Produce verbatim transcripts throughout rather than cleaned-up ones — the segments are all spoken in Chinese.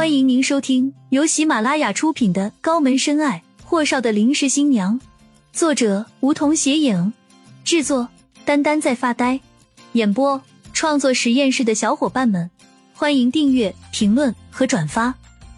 欢迎您收听由喜马拉雅出品的《高门深爱：霍少的临时新娘》，作者梧桐斜影，制作丹丹在发呆，演播创作实验室的小伙伴们，欢迎订阅、评论和转发。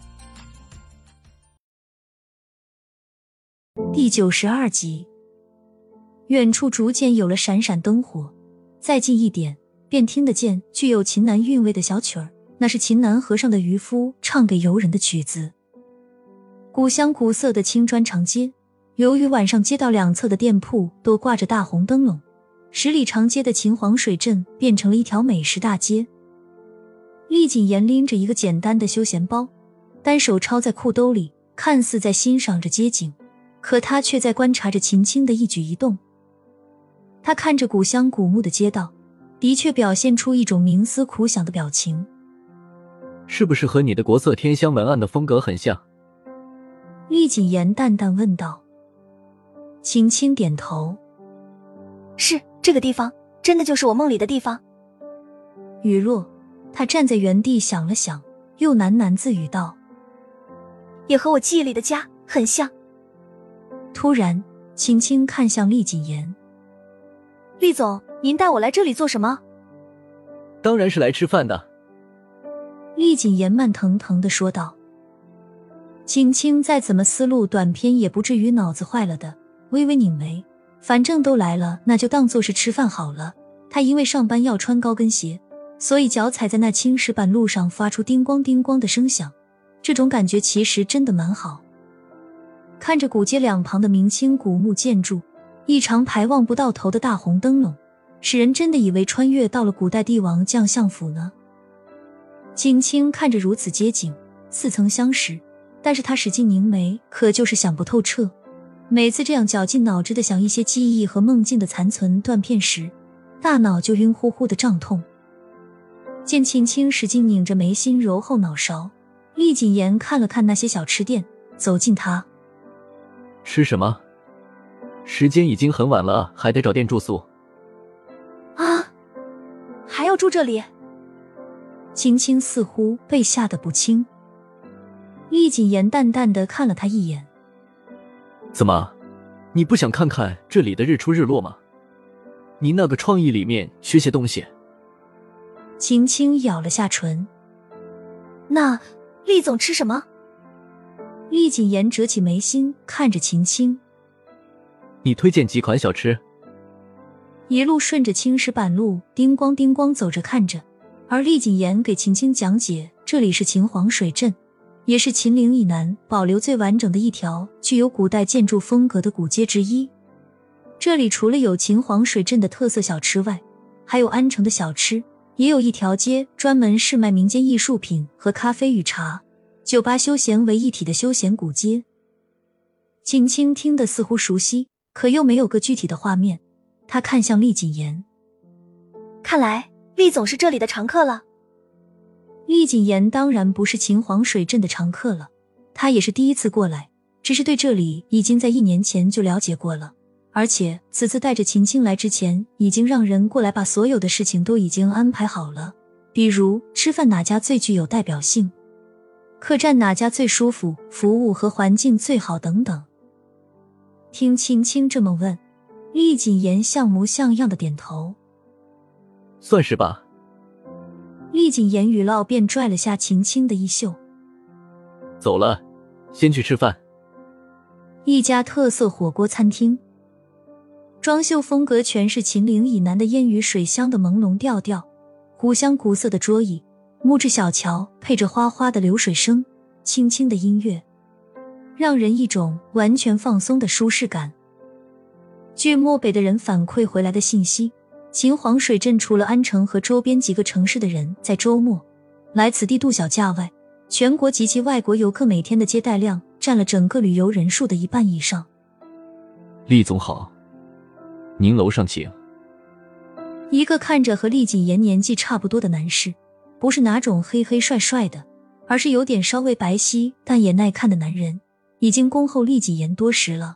第九十二集，远处逐渐有了闪闪灯火，再近一点，便听得见具有秦南韵味的小曲儿。那是秦南和尚的渔夫唱给游人的曲子。古香古色的青砖长街，由于晚上街道两侧的店铺都挂着大红灯笼，十里长街的秦皇水镇变成了一条美食大街。厉谨言拎着一个简单的休闲包，单手抄在裤兜里，看似在欣赏着街景，可他却在观察着秦青的一举一动。他看着古香古木的街道，的确表现出一种冥思苦想的表情。 是不是和你的国色天香文案的风格很像？ 厉谨言淡淡问道。秦青点头。 是，这个地方真的就是我梦里的地方。 雨落，他站在原地想了想，又喃喃自语道， 也和我记忆里的家很像。 突然秦青看向厉谨言。 厉总，您带我来这里做什么？ 当然是来吃饭的。 厉谨言慢腾腾地说道。秦青再怎么思路短偏也不至于脑子坏了的，微微拧眉，反正都来了，那就当作是吃饭好了。他因为上班要穿高跟鞋，所以脚踩在那青石板路上发出叮咣叮咣的声响，这种感觉其实真的蛮好。看着古街两旁的明清古木建筑，一长排望不到头的大红灯笼，使人真的以为穿越到了古代帝王将相府呢。秦青看着如此街景，似曾相识，但是他使劲拧眉，可就是想不透彻。每次这样绞尽脑汁地想一些记忆和梦境的残存断片时，大脑就晕乎乎的胀痛。见秦青使劲拧着眉心揉后脑勺，厉谨言看了看那些小吃店，走近他。 吃什么？时间已经很晚了，还得找店住宿。 啊，还要住这里？ 秦青似乎被吓得不轻。厉谨言淡淡地看了他一眼。 怎么，你不想看看这里的日出日落吗？你那个创意里面缺些东西。 秦青咬了下唇。 那厉总吃什么？ 厉谨言折起眉心看着秦青。 你推荐几款小吃？ 一路顺着青石板路叮咣叮咣走着看着，而厉谨言给秦青讲解，这里是秦皇水镇，也是秦岭以南保留最完整的一条具有古代建筑风格的古街之一。这里除了有秦皇水镇的特色小吃外，还有安城的小吃，也有一条街专门是卖民间艺术品和咖啡与茶、酒吧休闲为一体的休闲古街。秦青听得似乎熟悉，可又没有个具体的画面。他看向厉谨言。 看来厉总是这里的常客了。 厉谨言当然不是秦皇水镇的常客了，他也是第一次过来，只是对这里已经在一年前就了解过了，而且此次带着秦青来之前，已经让人过来把所有的事情都已经安排好了，比如吃饭哪家最具有代表性，客栈哪家最舒服，服务和环境最好等等。听秦青这么问，厉谨言像模像样的点头。 算是吧。 厉谨言语唠便拽了下秦青的衣袖。 走了，先去吃饭。 一家特色火锅餐厅，装修风格全是秦岭以南的烟雨水乡的朦胧调调，古香古色的桌椅，木质小桥配着哗哗的流水声，轻轻的音乐，让人一种完全放松的舒适感。据漠北的人反馈回来的信息，秦皇水镇除了安城和周边几个城市的人在周末来此地度小假外，全国及其外国游客每天的接待量占了整个旅游人数的一半以上。 厉总好，您楼上请。 一个看着和厉谨言年纪差不多的男士，不是哪种黑黑帅帅的，而是有点稍微白皙但也耐看的男人，已经恭候厉谨言多时了。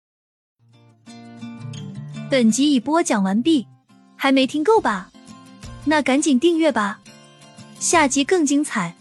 本集已播讲完毕，还没听够吧？ 那赶紧订阅吧，下集更精彩。